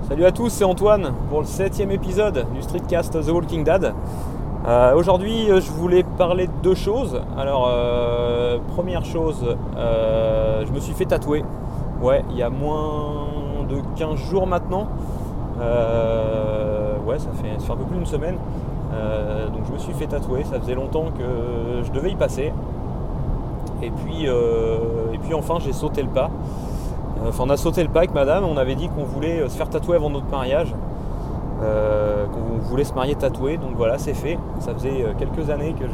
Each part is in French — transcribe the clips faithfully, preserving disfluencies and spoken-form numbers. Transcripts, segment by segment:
Salut à tous, c'est Antoine pour le septième épisode du Streetcast The Walking Dead. Euh, aujourd'hui, je voulais parler de deux choses. Alors, euh, première chose, euh, je me suis fait tatouer. Ouais, il y a moins de quinze jours maintenant. Euh, ouais, ça fait, ça fait un peu plus d'une semaine. Euh, donc, je me suis fait tatouer. Ça faisait longtemps que je devais y passer. Et puis, euh, et puis enfin, j'ai sauté le pas. Enfin, on a sauté le pas avec madame, on avait dit qu'on voulait se faire tatouer avant notre mariage, euh, qu'on voulait se marier tatoué, donc voilà, c'est fait. Ça faisait quelques années que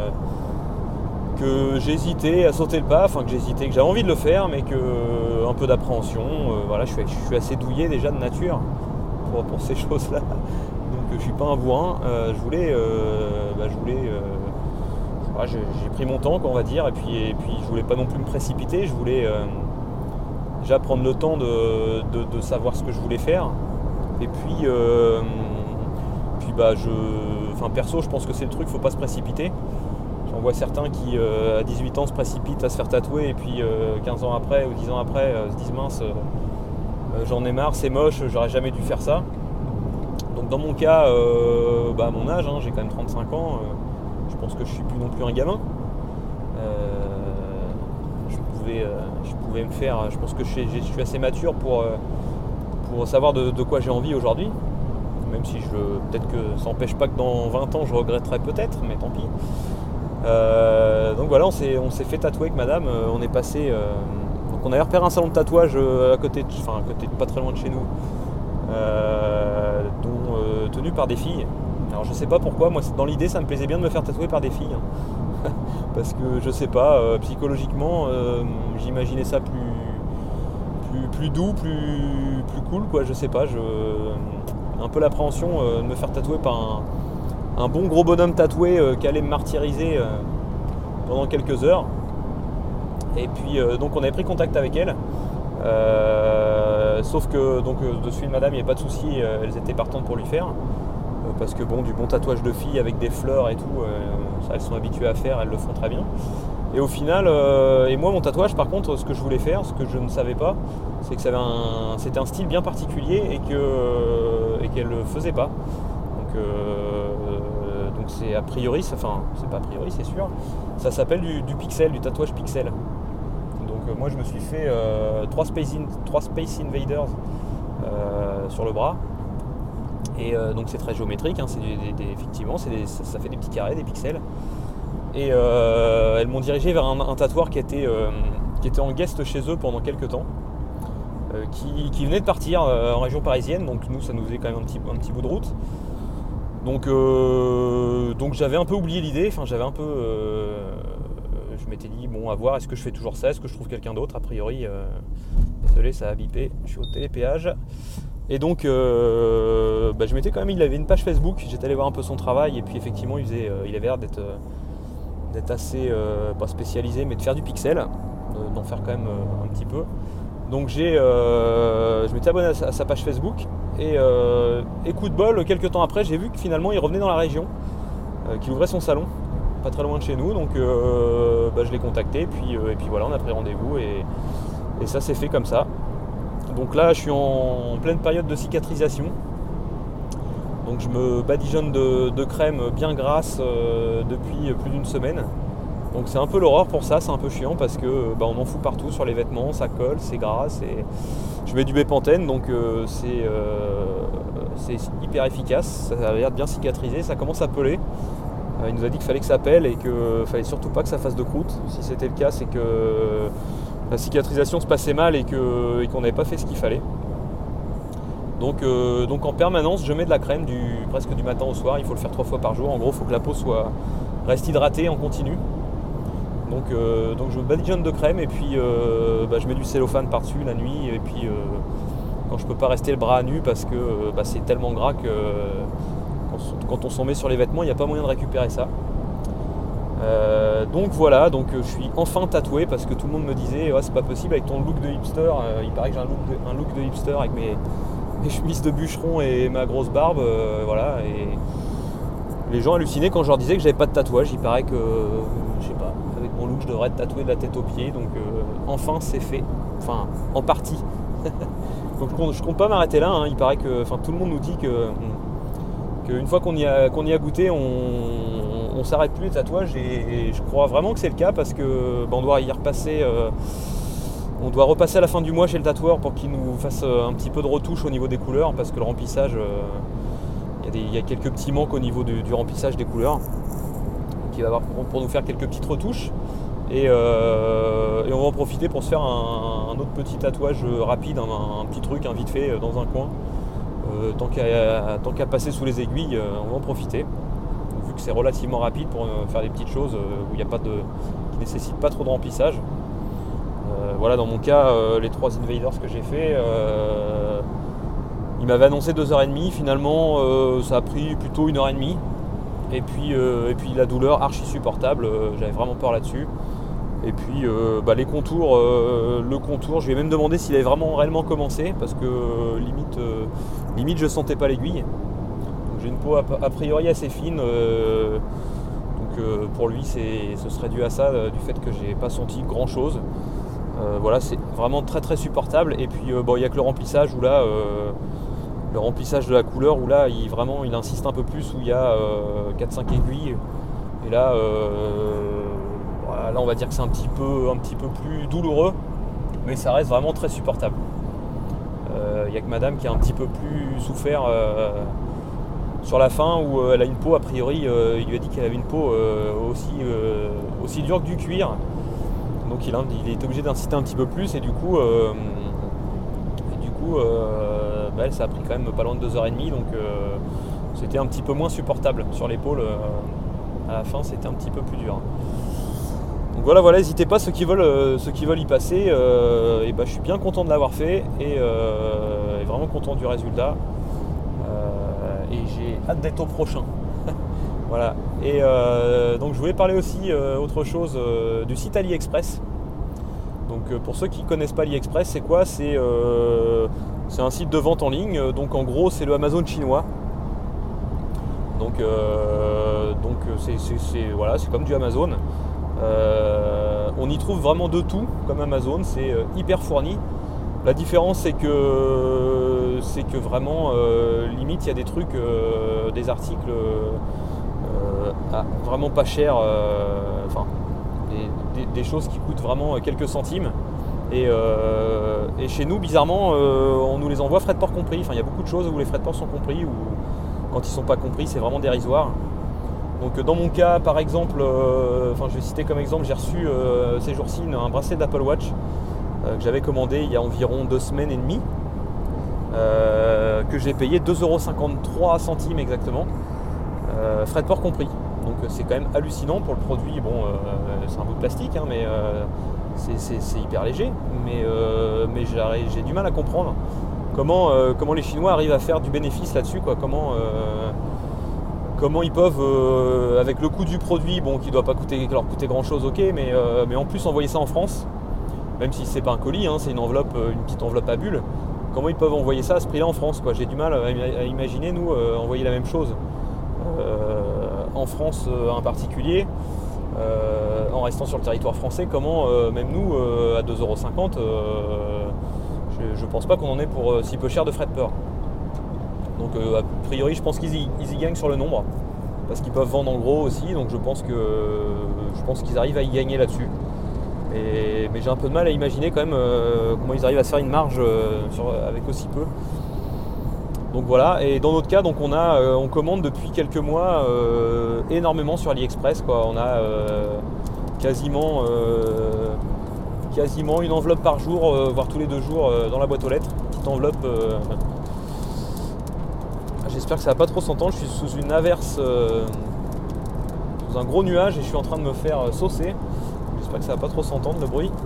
je que j'hésitais à sauter le pas, enfin que j'hésitais, que j'avais envie de le faire, mais que un peu d'appréhension. Euh, voilà, je suis, je suis assez douillet déjà de nature pour, pour ces choses-là, donc je suis pas un bourrin. Euh, je voulais, euh, bah, je voulais, euh, voilà, j'ai, j'ai pris mon temps, quoi, on va dire, et puis, et puis je voulais pas non plus me précipiter, je voulais euh, déjà prendre le temps de, de, de savoir ce que je voulais faire. Et puis, euh, puis bah je, enfin perso, je pense que c'est le truc, faut pas se précipiter. J'en vois certains qui, euh, à dix-huit ans, se précipitent à se faire tatouer et puis euh, quinze ans après ou dix ans après euh, se disent mince, euh, j'en ai marre, c'est moche, j'aurais jamais dû faire ça. Donc dans mon cas, euh, bah, à mon âge, hein, j'ai quand même trente-cinq ans, euh, je pense que je suis plus non plus un gamin. Euh, je pouvais, euh, je pouvais me faire, je pense que je suis, je suis assez mature pour, euh, pour savoir de, de quoi j'ai envie aujourd'hui, même si je, peut-être que ça n'empêche pas que dans vingt ans je regretterai peut-être, mais tant pis. Euh, donc voilà, on s'est, on s'est fait tatouer avec madame, euh, on est passé, euh, donc on avait repéré un salon de tatouage euh, à côté, de, enfin à côté, pas très loin de chez nous, euh, dont, euh, tenu par des filles. Alors je sais pas pourquoi, moi dans l'idée ça me plaisait bien de me faire tatouer par des filles, hein. Parce que je sais pas, euh, psychologiquement, euh, j'imaginais ça plus, plus, plus doux, plus, plus cool, quoi. Je sais pas, je, un peu l'appréhension euh, de me faire tatouer par un, un bon gros bonhomme tatoué euh, qui allait me martyriser euh, pendant quelques heures. Et puis euh, donc on avait pris contact avec elle. Euh, sauf que donc de suite madame, il n'y a pas de souci, euh, elles étaient partantes pour lui faire. Euh, parce que bon, du bon tatouage de filles avec des fleurs et tout. Euh, Ça, elles sont habituées à faire, elles le font très bien. Et au final, euh, et moi mon tatouage par contre, ce que je voulais faire, ce que je ne savais pas, c'est que ça avait un, c'était un style bien particulier et, que, et qu'elle ne le faisait pas. Donc, euh, donc c'est a priori, enfin c'est pas a priori, c'est sûr, ça s'appelle du, du pixel, du tatouage pixel. Donc euh, moi je me suis fait euh, trois Space, in, trois Space Invaders euh, sur le bras. Et euh, donc c'est très géométrique, hein, c'est des, des, des, effectivement c'est des, ça, ça fait des petits carrés, des pixels. Et euh, elles m'ont dirigé vers un, un tatoueur qui était, euh, qui était en guest chez eux pendant quelques temps, euh, qui, qui venait de partir euh, en région parisienne, donc nous ça nous faisait quand même un petit, un petit bout de route. Donc, euh, donc j'avais un peu oublié l'idée, enfin j'avais un peu... Euh, je m'étais dit, bon à voir, est-ce que je fais toujours ça, est-ce que je trouve quelqu'un d'autre, a priori... Euh, désolé, ça a bipé, je suis au télépéage. Et donc, euh, bah, je m'étais quand même, il avait une page Facebook, j'étais allé voir un peu son travail, et puis effectivement, il, faisait, euh, il avait l'air d'être, euh, d'être assez, euh, pas spécialisé, mais de faire du pixel, euh, d'en faire quand même euh, un petit peu. Donc, j'ai, euh, je m'étais abonné à sa, à sa page Facebook, et, euh, et coup de bol, quelques temps après, j'ai vu que finalement, il revenait dans la région, euh, qu'il ouvrait son salon, pas très loin de chez nous, donc euh, bah, je l'ai contacté, et puis, euh, et puis voilà, on a pris rendez-vous, et, et ça s'est fait comme ça. Donc là, je suis en pleine période de cicatrisation. Donc je me badigeonne de, de crème bien grasse euh, depuis plus d'une semaine. Donc c'est un peu l'horreur pour ça, c'est un peu chiant parce que bah, on en fout partout sur les vêtements, ça colle, c'est gras. C'est... Je mets du Bepanthen, donc euh, c'est, euh, c'est hyper efficace. Ça a l'air de bien cicatriser, ça commence à peler. Euh, il nous a dit qu'il fallait que ça pèle et qu'il fallait surtout pas que ça fasse de croûte. Si c'était le cas, c'est que la cicatrisation se passait mal et, que, et qu'on n'avait pas fait ce qu'il fallait. Donc, euh, donc en permanence, je mets de la crème du, presque du matin au soir. Il faut le faire trois fois par jour. En gros, il faut que la peau soit, reste hydratée en continu. Donc, euh, donc je me badigeonne de crème et puis euh, bah, je mets du cellophane par-dessus la nuit. Et puis euh, quand je peux pas rester le bras à nu parce que euh, bah, c'est tellement gras que euh, quand, quand on s'en met sur les vêtements, il n'y a pas moyen de récupérer ça. Euh, donc voilà, donc euh, je suis enfin tatoué parce que tout le monde me disait ouais, c'est pas possible avec ton look de hipster, euh, il paraît que j'ai un look de, un look de hipster avec mes, mes chemises de bûcheron et ma grosse barbe, euh, voilà, et les gens hallucinaient quand je leur disais que j'avais pas de tatouage. Il paraît que, euh, je sais pas, avec mon look je devrais être tatoué de la tête aux pieds, donc euh, enfin c'est fait, enfin en partie. Donc je compte, je compte pas m'arrêter là, hein. Il paraît que, enfin tout le monde nous dit que qu'une fois qu'on y a, qu'on y a goûté, on, on, on s'arrête plus les tatouages, et, et je crois vraiment que c'est le cas, parce que bah, on doit y repasser, euh, on doit repasser à la fin du mois chez le tatoueur pour qu'il nous fasse un petit peu de retouche au niveau des couleurs, parce que le remplissage, il euh, y, y a quelques petits manques au niveau du, du remplissage des couleurs. Donc il va avoir pour, pour nous faire quelques petites retouches. Et, euh, et on va en profiter pour se faire un, un autre petit tatouage rapide, un, un petit truc, un vite fait dans un coin. Euh, tant qu'à tant qu'à passer sous les aiguilles, euh, on va en profiter. Donc, vu que c'est relativement rapide pour euh, faire des petites choses euh, où il y a pas de, qui nécessitent pas trop de remplissage. Euh, voilà, dans mon cas, euh, les trois Invaders que j'ai fait, euh, ils m'avaient annoncé deux heures trente, finalement euh, ça a pris plutôt une heure trente. Et puis, euh, et puis la douleur archi supportable, euh, j'avais vraiment peur là-dessus. Et puis euh, bah, les contours, euh, le contour, je lui ai même demandé s'il avait vraiment réellement commencé, parce que euh, limite, euh, limite je sentais pas l'aiguille. Donc, j'ai une peau a, a priori assez fine, euh, donc euh, pour lui c'est, ce serait dû à ça, euh, du fait que j'ai pas senti grand chose. Euh, voilà, c'est vraiment très très supportable. Et puis euh, bon, il n'y a que le remplissage où là, euh, le remplissage de la couleur où là il vraiment il insiste un peu plus, où il y a euh, quatre cinq aiguilles. Et là, euh, voilà, là on va dire que c'est un petit peu un petit peu plus douloureux, mais ça reste vraiment très supportable. Il euh, n'y a que madame qui a un petit peu plus souffert euh, sur la fin, où euh, elle a une peau, a priori, euh, il lui a dit qu'elle avait une peau euh, aussi, euh, aussi dure que du cuir. Donc il, il est obligé d'insister un petit peu plus, et du coup, euh, et du coup euh, bah, ça a pris quand même pas loin de deux heures trente, donc euh, c'était un petit peu moins supportable sur l'épaule. Euh, à la fin, c'était un petit peu plus dur. Donc voilà, voilà, n'hésitez pas, ceux qui veulent, euh, ceux qui veulent y passer, euh, et bah, je suis bien content de l'avoir fait, et, euh, et vraiment content du résultat. Euh, et j'ai hâte d'être au prochain. Voilà. Et euh, donc je voulais parler aussi euh, autre chose euh, du site AliExpress. Donc euh, pour ceux qui ne connaissent pas AliExpress, c'est quoi? C'est euh, c'est un site de vente en ligne. Donc en gros, c'est le Amazon chinois. Donc euh, donc c'est, c'est, c'est voilà, c'est comme du Amazon. Euh, on y trouve vraiment de tout comme Amazon. C'est euh, hyper fourni. La différence, c'est que c'est que vraiment euh, limite il y a des trucs, euh, des articles. Euh, ah, vraiment pas cher, euh, enfin des, des, des choses qui coûtent vraiment quelques centimes, et, euh, et chez nous bizarrement euh, on nous les envoie frais de port compris. Enfin il y a beaucoup de choses où les frais de port sont compris, ou quand ils sont pas compris c'est vraiment dérisoire. Donc dans mon cas par exemple, euh, enfin je vais citer comme exemple, j'ai reçu euh, ces jours-ci un bracelet d'Apple Watch euh, que j'avais commandé il y a environ deux semaines et demie, euh, que j'ai payé deux euros cinquante-trois centimes exactement. Euh, frais de port compris. Donc c'est quand même hallucinant pour le produit. Bon, euh, c'est un bout de plastique, hein, mais euh, c'est, c'est, c'est hyper léger. Mais, euh, mais j'ai, j'ai du mal à comprendre comment, euh, comment les Chinois arrivent à faire du bénéfice là-dessus, quoi. Comment, euh, comment ils peuvent, euh, avec le coût du produit, bon, qui ne doit pas coûter, leur coûter grand-chose, ok, mais, euh, mais en plus envoyer ça en France, même si c'est pas un colis, hein, c'est une enveloppe, une petite enveloppe à bulles. Comment ils peuvent envoyer ça à ce prix-là en France, quoi. J'ai du mal à, à imaginer nous euh, envoyer la même chose. Euh, en France euh, en particulier, euh, en restant sur le territoire français, comment euh, même nous euh, à deux euros cinquante, euh, je, je pense pas qu'on en ait pour euh, si peu cher de frais de port. Donc euh, a priori je pense qu'ils y, ils y gagnent sur le nombre, parce qu'ils peuvent vendre en gros aussi, donc je pense que je pense qu'ils arrivent à y gagner là-dessus. Et, mais j'ai un peu de mal à imaginer quand même euh, comment ils arrivent à se faire une marge euh, sur, avec aussi peu. Donc voilà, et dans notre cas, donc on a, euh, on commande depuis quelques mois euh, énormément sur AliExpress, quoi. On a euh, quasiment, euh, quasiment une enveloppe par jour, euh, voire tous les deux jours euh, dans la boîte aux lettres. Petite enveloppe. Euh... J'espère que ça va pas trop s'entendre. Je suis sous une averse, euh, sous un gros nuage, et je suis en train de me faire saucer. J'espère que ça va pas trop s'entendre le bruit.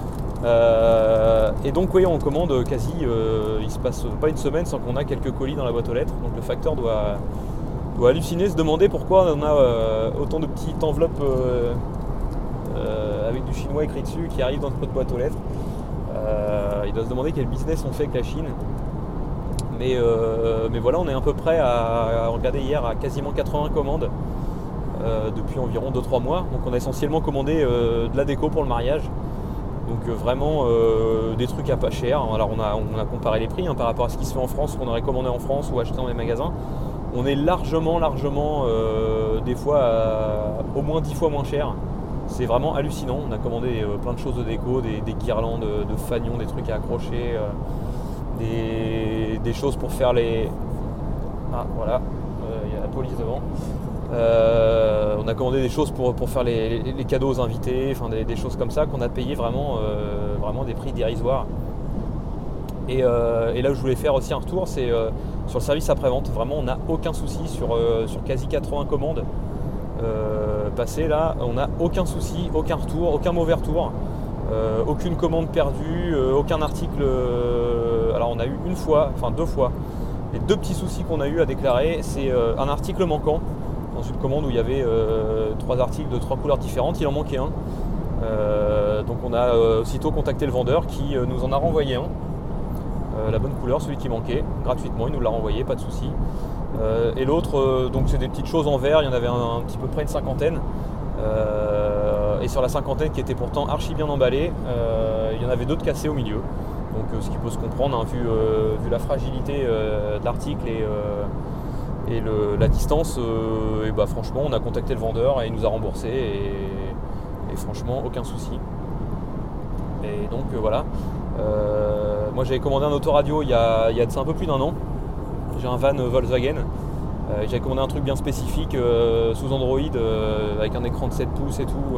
Euh, et donc oui, on commande quasi, euh, il se passe pas une semaine sans qu'on a quelques colis dans la boîte aux lettres. Donc le facteur doit, doit halluciner, se demander pourquoi on a euh, autant de petites enveloppes euh, euh, avec du chinois écrit dessus qui arrivent dans notre boîte aux lettres. Euh, il doit se demander quel business on fait avec la Chine. Mais, euh, mais voilà, on est à peu près à, à regarder hier à quasiment quatre-vingts commandes euh, depuis environ deux trois mois. Donc on a essentiellement commandé euh, de la déco pour le mariage. Donc euh, vraiment euh, des trucs à pas cher. Alors on a, on a comparé les prix hein, par rapport à ce qui se fait en France, qu'on aurait commandé en France ou acheté dans les magasins. On est largement, largement, euh, des fois à, au moins dix fois moins cher. C'est vraiment hallucinant. On a commandé euh, plein de choses de déco, des, des guirlandes de fanions, des trucs à accrocher, euh, des, des choses pour faire les... Ah voilà, il euh, y a la police devant. Euh, on a commandé des choses pour, pour faire les, les, les cadeaux aux invités, enfin des, des choses comme ça qu'on a payé vraiment, euh, vraiment des prix dérisoires. Et, euh, et là où je voulais faire aussi un retour, c'est euh, sur le service après-vente. Vraiment, on n'a aucun souci sur, euh, sur quasi quatre-vingts commandes euh, passées. Là, on n'a aucun souci, aucun retour, aucun mauvais retour, euh, aucune commande perdue, euh, aucun article. Euh, alors, on a eu une fois, enfin deux fois, les deux petits soucis qu'on a eu à déclarer, c'est euh, un article manquant dans une commande où il y avait euh, trois articles de trois couleurs différentes. Il en manquait un. Euh, donc, on a euh, aussitôt contacté le vendeur qui euh, nous en a renvoyé un. Euh, la bonne couleur, celui qui manquait, gratuitement, il nous l'a renvoyé, pas de souci. Euh, et l'autre, euh, donc c'est des petites choses en verre, il y en avait un, un petit peu près une cinquantaine. Euh, et sur la cinquantaine qui était pourtant archi bien emballée, euh, il y en avait d'autres cassés au milieu. Donc euh, ce qui peut se comprendre, hein, vu, euh, vu la fragilité euh, de l'article et, euh, et le, la distance, euh, et bah, franchement on a contacté le vendeur et il nous a remboursé et, et franchement aucun souci. Et donc euh, voilà. Euh, moi j'avais commandé un autoradio il y a, il y a de ça un peu plus d'un an. J'ai un van Volkswagen. Euh, j'avais commandé un truc bien spécifique euh, sous Android euh, avec un écran de sept pouces et tout.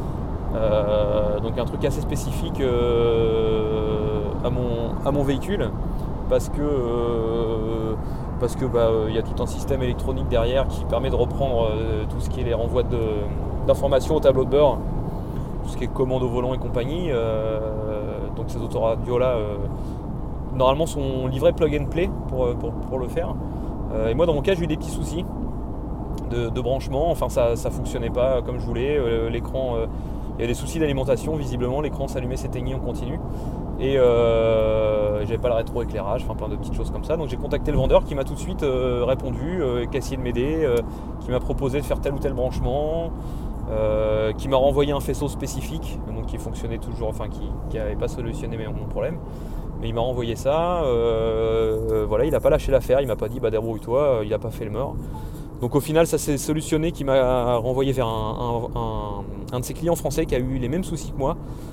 Euh, donc un truc assez spécifique euh, à, mon, à mon véhicule parce que euh, parce que bah, il y a tout un système électronique derrière qui permet de reprendre euh, tout ce qui est les renvois de, d'informations au tableau de bord, tout ce qui est commande au volant et compagnie. Euh, donc ces autoradios là euh, normalement sont livrés plug and play pour, pour, pour le faire. Euh, et moi dans mon cas j'ai eu des petits soucis de, de branchement, enfin ça ne fonctionnait pas comme je voulais. Euh, l'écran, euh, il y a des soucis d'alimentation visiblement, l'écran s'allumait, s'éteignait en continu. Et euh, j'avais pas le rétroéclairage, enfin plein de petites choses comme ça. Donc j'ai contacté le vendeur qui m'a tout de suite euh, répondu, euh, qui a essayé de m'aider, euh, qui m'a proposé de faire tel ou tel branchement. Euh, qui m'a renvoyé un faisceau spécifique, donc qui fonctionnait toujours, enfin qui n'avait pas solutionné mon problème, mais il m'a renvoyé ça. Euh, voilà, il n'a pas lâché l'affaire, il m'a pas dit bah débrouille-toi, il n'a pas fait le mort. Donc au final ça s'est solutionné, qui m'a renvoyé vers un, un, un, un de ses clients français qui a eu les mêmes soucis que moi,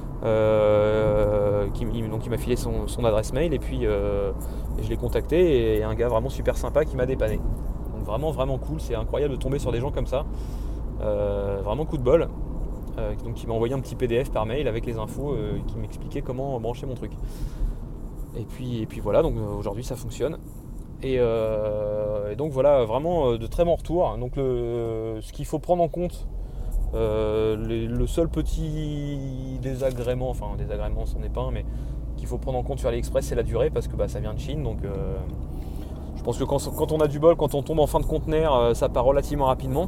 euh, qui, donc il m'a filé son, son adresse mail et puis euh, et je l'ai contacté, et un gars vraiment super sympa qui m'a dépanné. Donc vraiment vraiment cool, c'est incroyable de tomber sur des gens comme ça. Euh, vraiment coup de bol. Euh, donc il m'a envoyé un petit P D F par mail avec les infos euh, qui m'expliquait comment brancher mon truc. Et puis, et puis voilà, donc euh, aujourd'hui ça fonctionne. Et, euh, et donc voilà, vraiment euh, de très bons retours. Donc le, ce qu'il faut prendre en compte, euh, les, le seul petit désagrément, enfin désagrément c'en est pas un, mais qu'il faut prendre en compte sur AliExpress, c'est la durée, parce que bah, ça vient de Chine. Donc euh, je pense que quand, quand on a du bol, quand on tombe en fin de conteneur, euh, ça part relativement rapidement.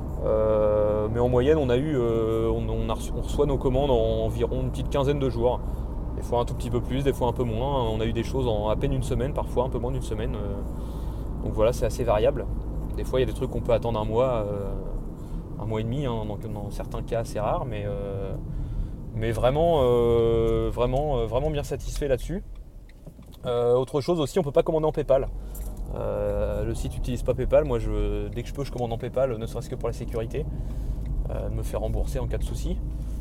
Euh, mais en moyenne on a eu euh, on, on, a reçu, on reçoit nos commandes en environ une petite quinzaine de jours, des fois un tout petit peu plus, des fois un peu moins. On a eu des choses en à peine une semaine, parfois un peu moins d'une semaine, euh, donc voilà, c'est assez variable. Des fois il y a des trucs qu'on peut attendre un mois, euh, un mois et demi, hein, donc dans certains cas c'est rare, mais, euh, mais vraiment, euh, vraiment, vraiment bien satisfait là-dessus. Euh, autre chose aussi, on peut pas commander en PayPal. Euh, le site n'utilise pas PayPal. Moi je, dès que je peux je commande en PayPal, ne serait-ce que pour la sécurité, euh, me faire rembourser en cas de souci.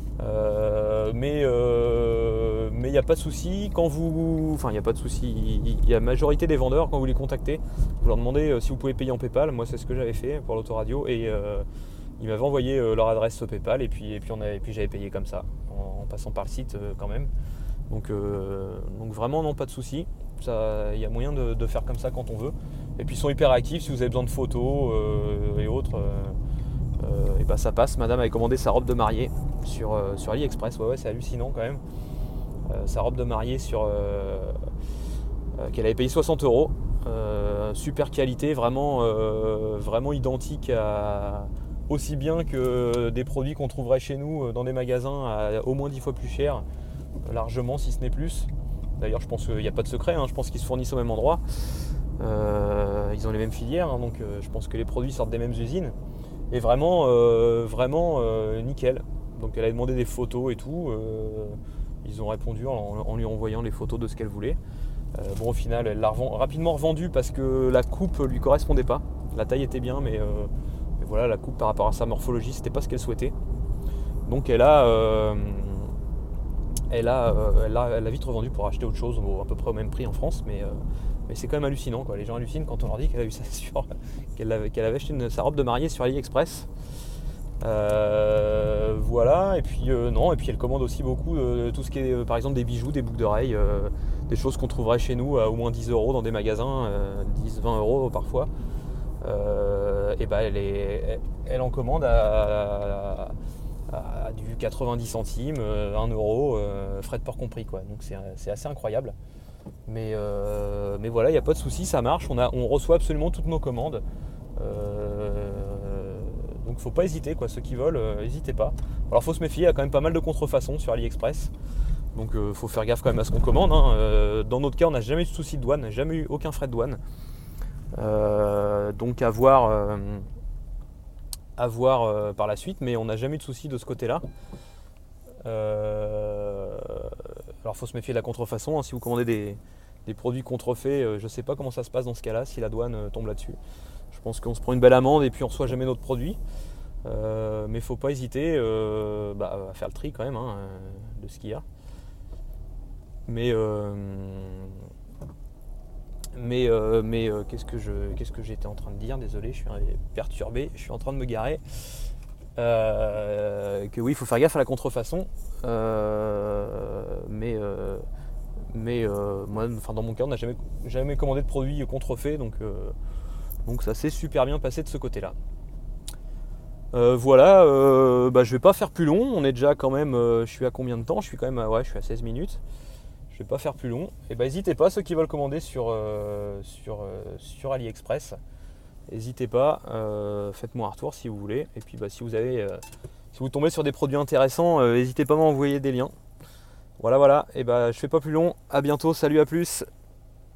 Euh, mais euh, mais il n'y a pas de souci quand vous, enfin il n'y a pas de souci, il y a la majorité des vendeurs, quand vous les contactez, vous leur demandez euh, si vous pouvez payer en PayPal. Moi c'est ce que j'avais fait pour l'autoradio, et euh, ils m'avaient envoyé euh, leur adresse PayPal, et puis, et puis, on avait, et puis j'avais payé comme ça en, en passant par le site euh, quand même. Donc, euh, donc vraiment non, pas de souci. Il y a moyen de, de faire comme ça quand on veut. Et puis ils sont hyper actifs, si vous avez besoin de photos euh, et autres, euh, euh, et bah ça passe. Madame avait commandé sa robe de mariée sur, euh, sur AliExpress. Ouais ouais, c'est hallucinant quand même. Euh, sa robe de mariée sur euh, euh, qu'elle avait payé soixante euros. Euh, super qualité, vraiment, euh, vraiment identique à, aussi bien que des produits qu'on trouverait chez nous dans des magasins à au moins dix fois plus cher, largement si ce n'est plus. D'ailleurs je pense qu'il n'y a pas de secret, hein, je pense qu'ils se fournissent au même endroit, euh, ils ont les mêmes filières, hein, donc euh, je pense que les produits sortent des mêmes usines, et vraiment, euh, vraiment euh, nickel. Donc elle a demandé des photos et tout, euh, ils ont répondu en, en lui envoyant les photos de ce qu'elle voulait. Euh, bon, au final, elle l'a rapidement revendu parce que la coupe lui correspondait pas. La taille était bien, mais, euh, mais voilà, la coupe par rapport à sa morphologie, c'était pas ce qu'elle souhaitait. Donc elle a, euh, elle, a, euh, elle, a, elle a vite revendu pour acheter autre chose, au, à peu près au même prix en France, mais, euh, mais c'est quand même hallucinant, quoi. Les gens hallucinent quand on leur dit qu'elle a eu ça sur, qu'elle avait, qu'elle avait acheté une, sa robe de mariée sur AliExpress. Euh, voilà, et puis euh, non, et puis elle commande aussi beaucoup euh, tout ce qui est euh, par exemple des bijoux, des boucles d'oreilles, euh, des choses qu'on trouverait chez nous à au moins dix euros dans des magasins, euh, dix vingt euros parfois. Euh, et ben elle, est, elle, elle en commande à, à, à du quatre-vingt-dix centimes, euh, un euro, euh, frais de port compris, quoi. Donc c'est, c'est assez incroyable. Mais, euh, mais voilà, il n'y a pas de souci, ça marche, on, a, on reçoit absolument toutes nos commandes. Euh, donc faut pas hésiter, quoi. Ceux qui veulent, euh, n'hésitez pas. Alors faut se méfier, il y a quand même pas mal de contrefaçons sur AliExpress. Donc euh, faut faire gaffe quand même à ce qu'on commande, hein. Euh, dans notre cas, on n'a jamais eu de souci de douane, jamais eu aucun frais de douane. Euh, donc à voir, euh, à voir euh, par la suite, mais on n'a jamais eu de souci de ce côté-là. Euh, alors faut se méfier de la contrefaçon, hein. Si vous commandez des, des produits contrefaits, euh, je ne sais pas comment ça se passe dans ce cas-là, si la douane euh, tombe là-dessus. Je pense qu'on se prend une belle amende et puis on ne reçoit jamais notre produit. Euh, mais il ne faut pas hésiter euh, bah, à faire le tri quand même, hein, de ce qu'il y a. Mais, euh, mais, euh, mais euh, qu'est-ce que je, qu'est-ce que j'étais en train de dire? Désolé, je suis perturbé, je suis en train de me garer. Euh, que oui, il faut faire gaffe à la contrefaçon. Euh, mais euh, mais euh, moi, enfin, dans mon cas, on n'a jamais, jamais commandé de produits contrefaits, donc, euh, donc ça s'est super bien passé de ce côté-là. Euh, voilà, euh, bah, je vais pas faire plus long. On est déjà quand même, euh, je suis à combien de temps? Je suis quand même, à, ouais, je suis à seize minutes. Je vais pas faire plus long. Et bah, n'hésitez pas, ceux qui veulent commander sur, euh, sur, euh, sur AliExpress. N'hésitez pas, euh, faites-moi un retour si vous voulez. Et puis bah, si vous avez, euh, si vous tombez sur des produits intéressants, euh, n'hésitez pas à m'envoyer des liens. Voilà, voilà. Et bah, je fais pas plus long. À bientôt. Salut, à plus.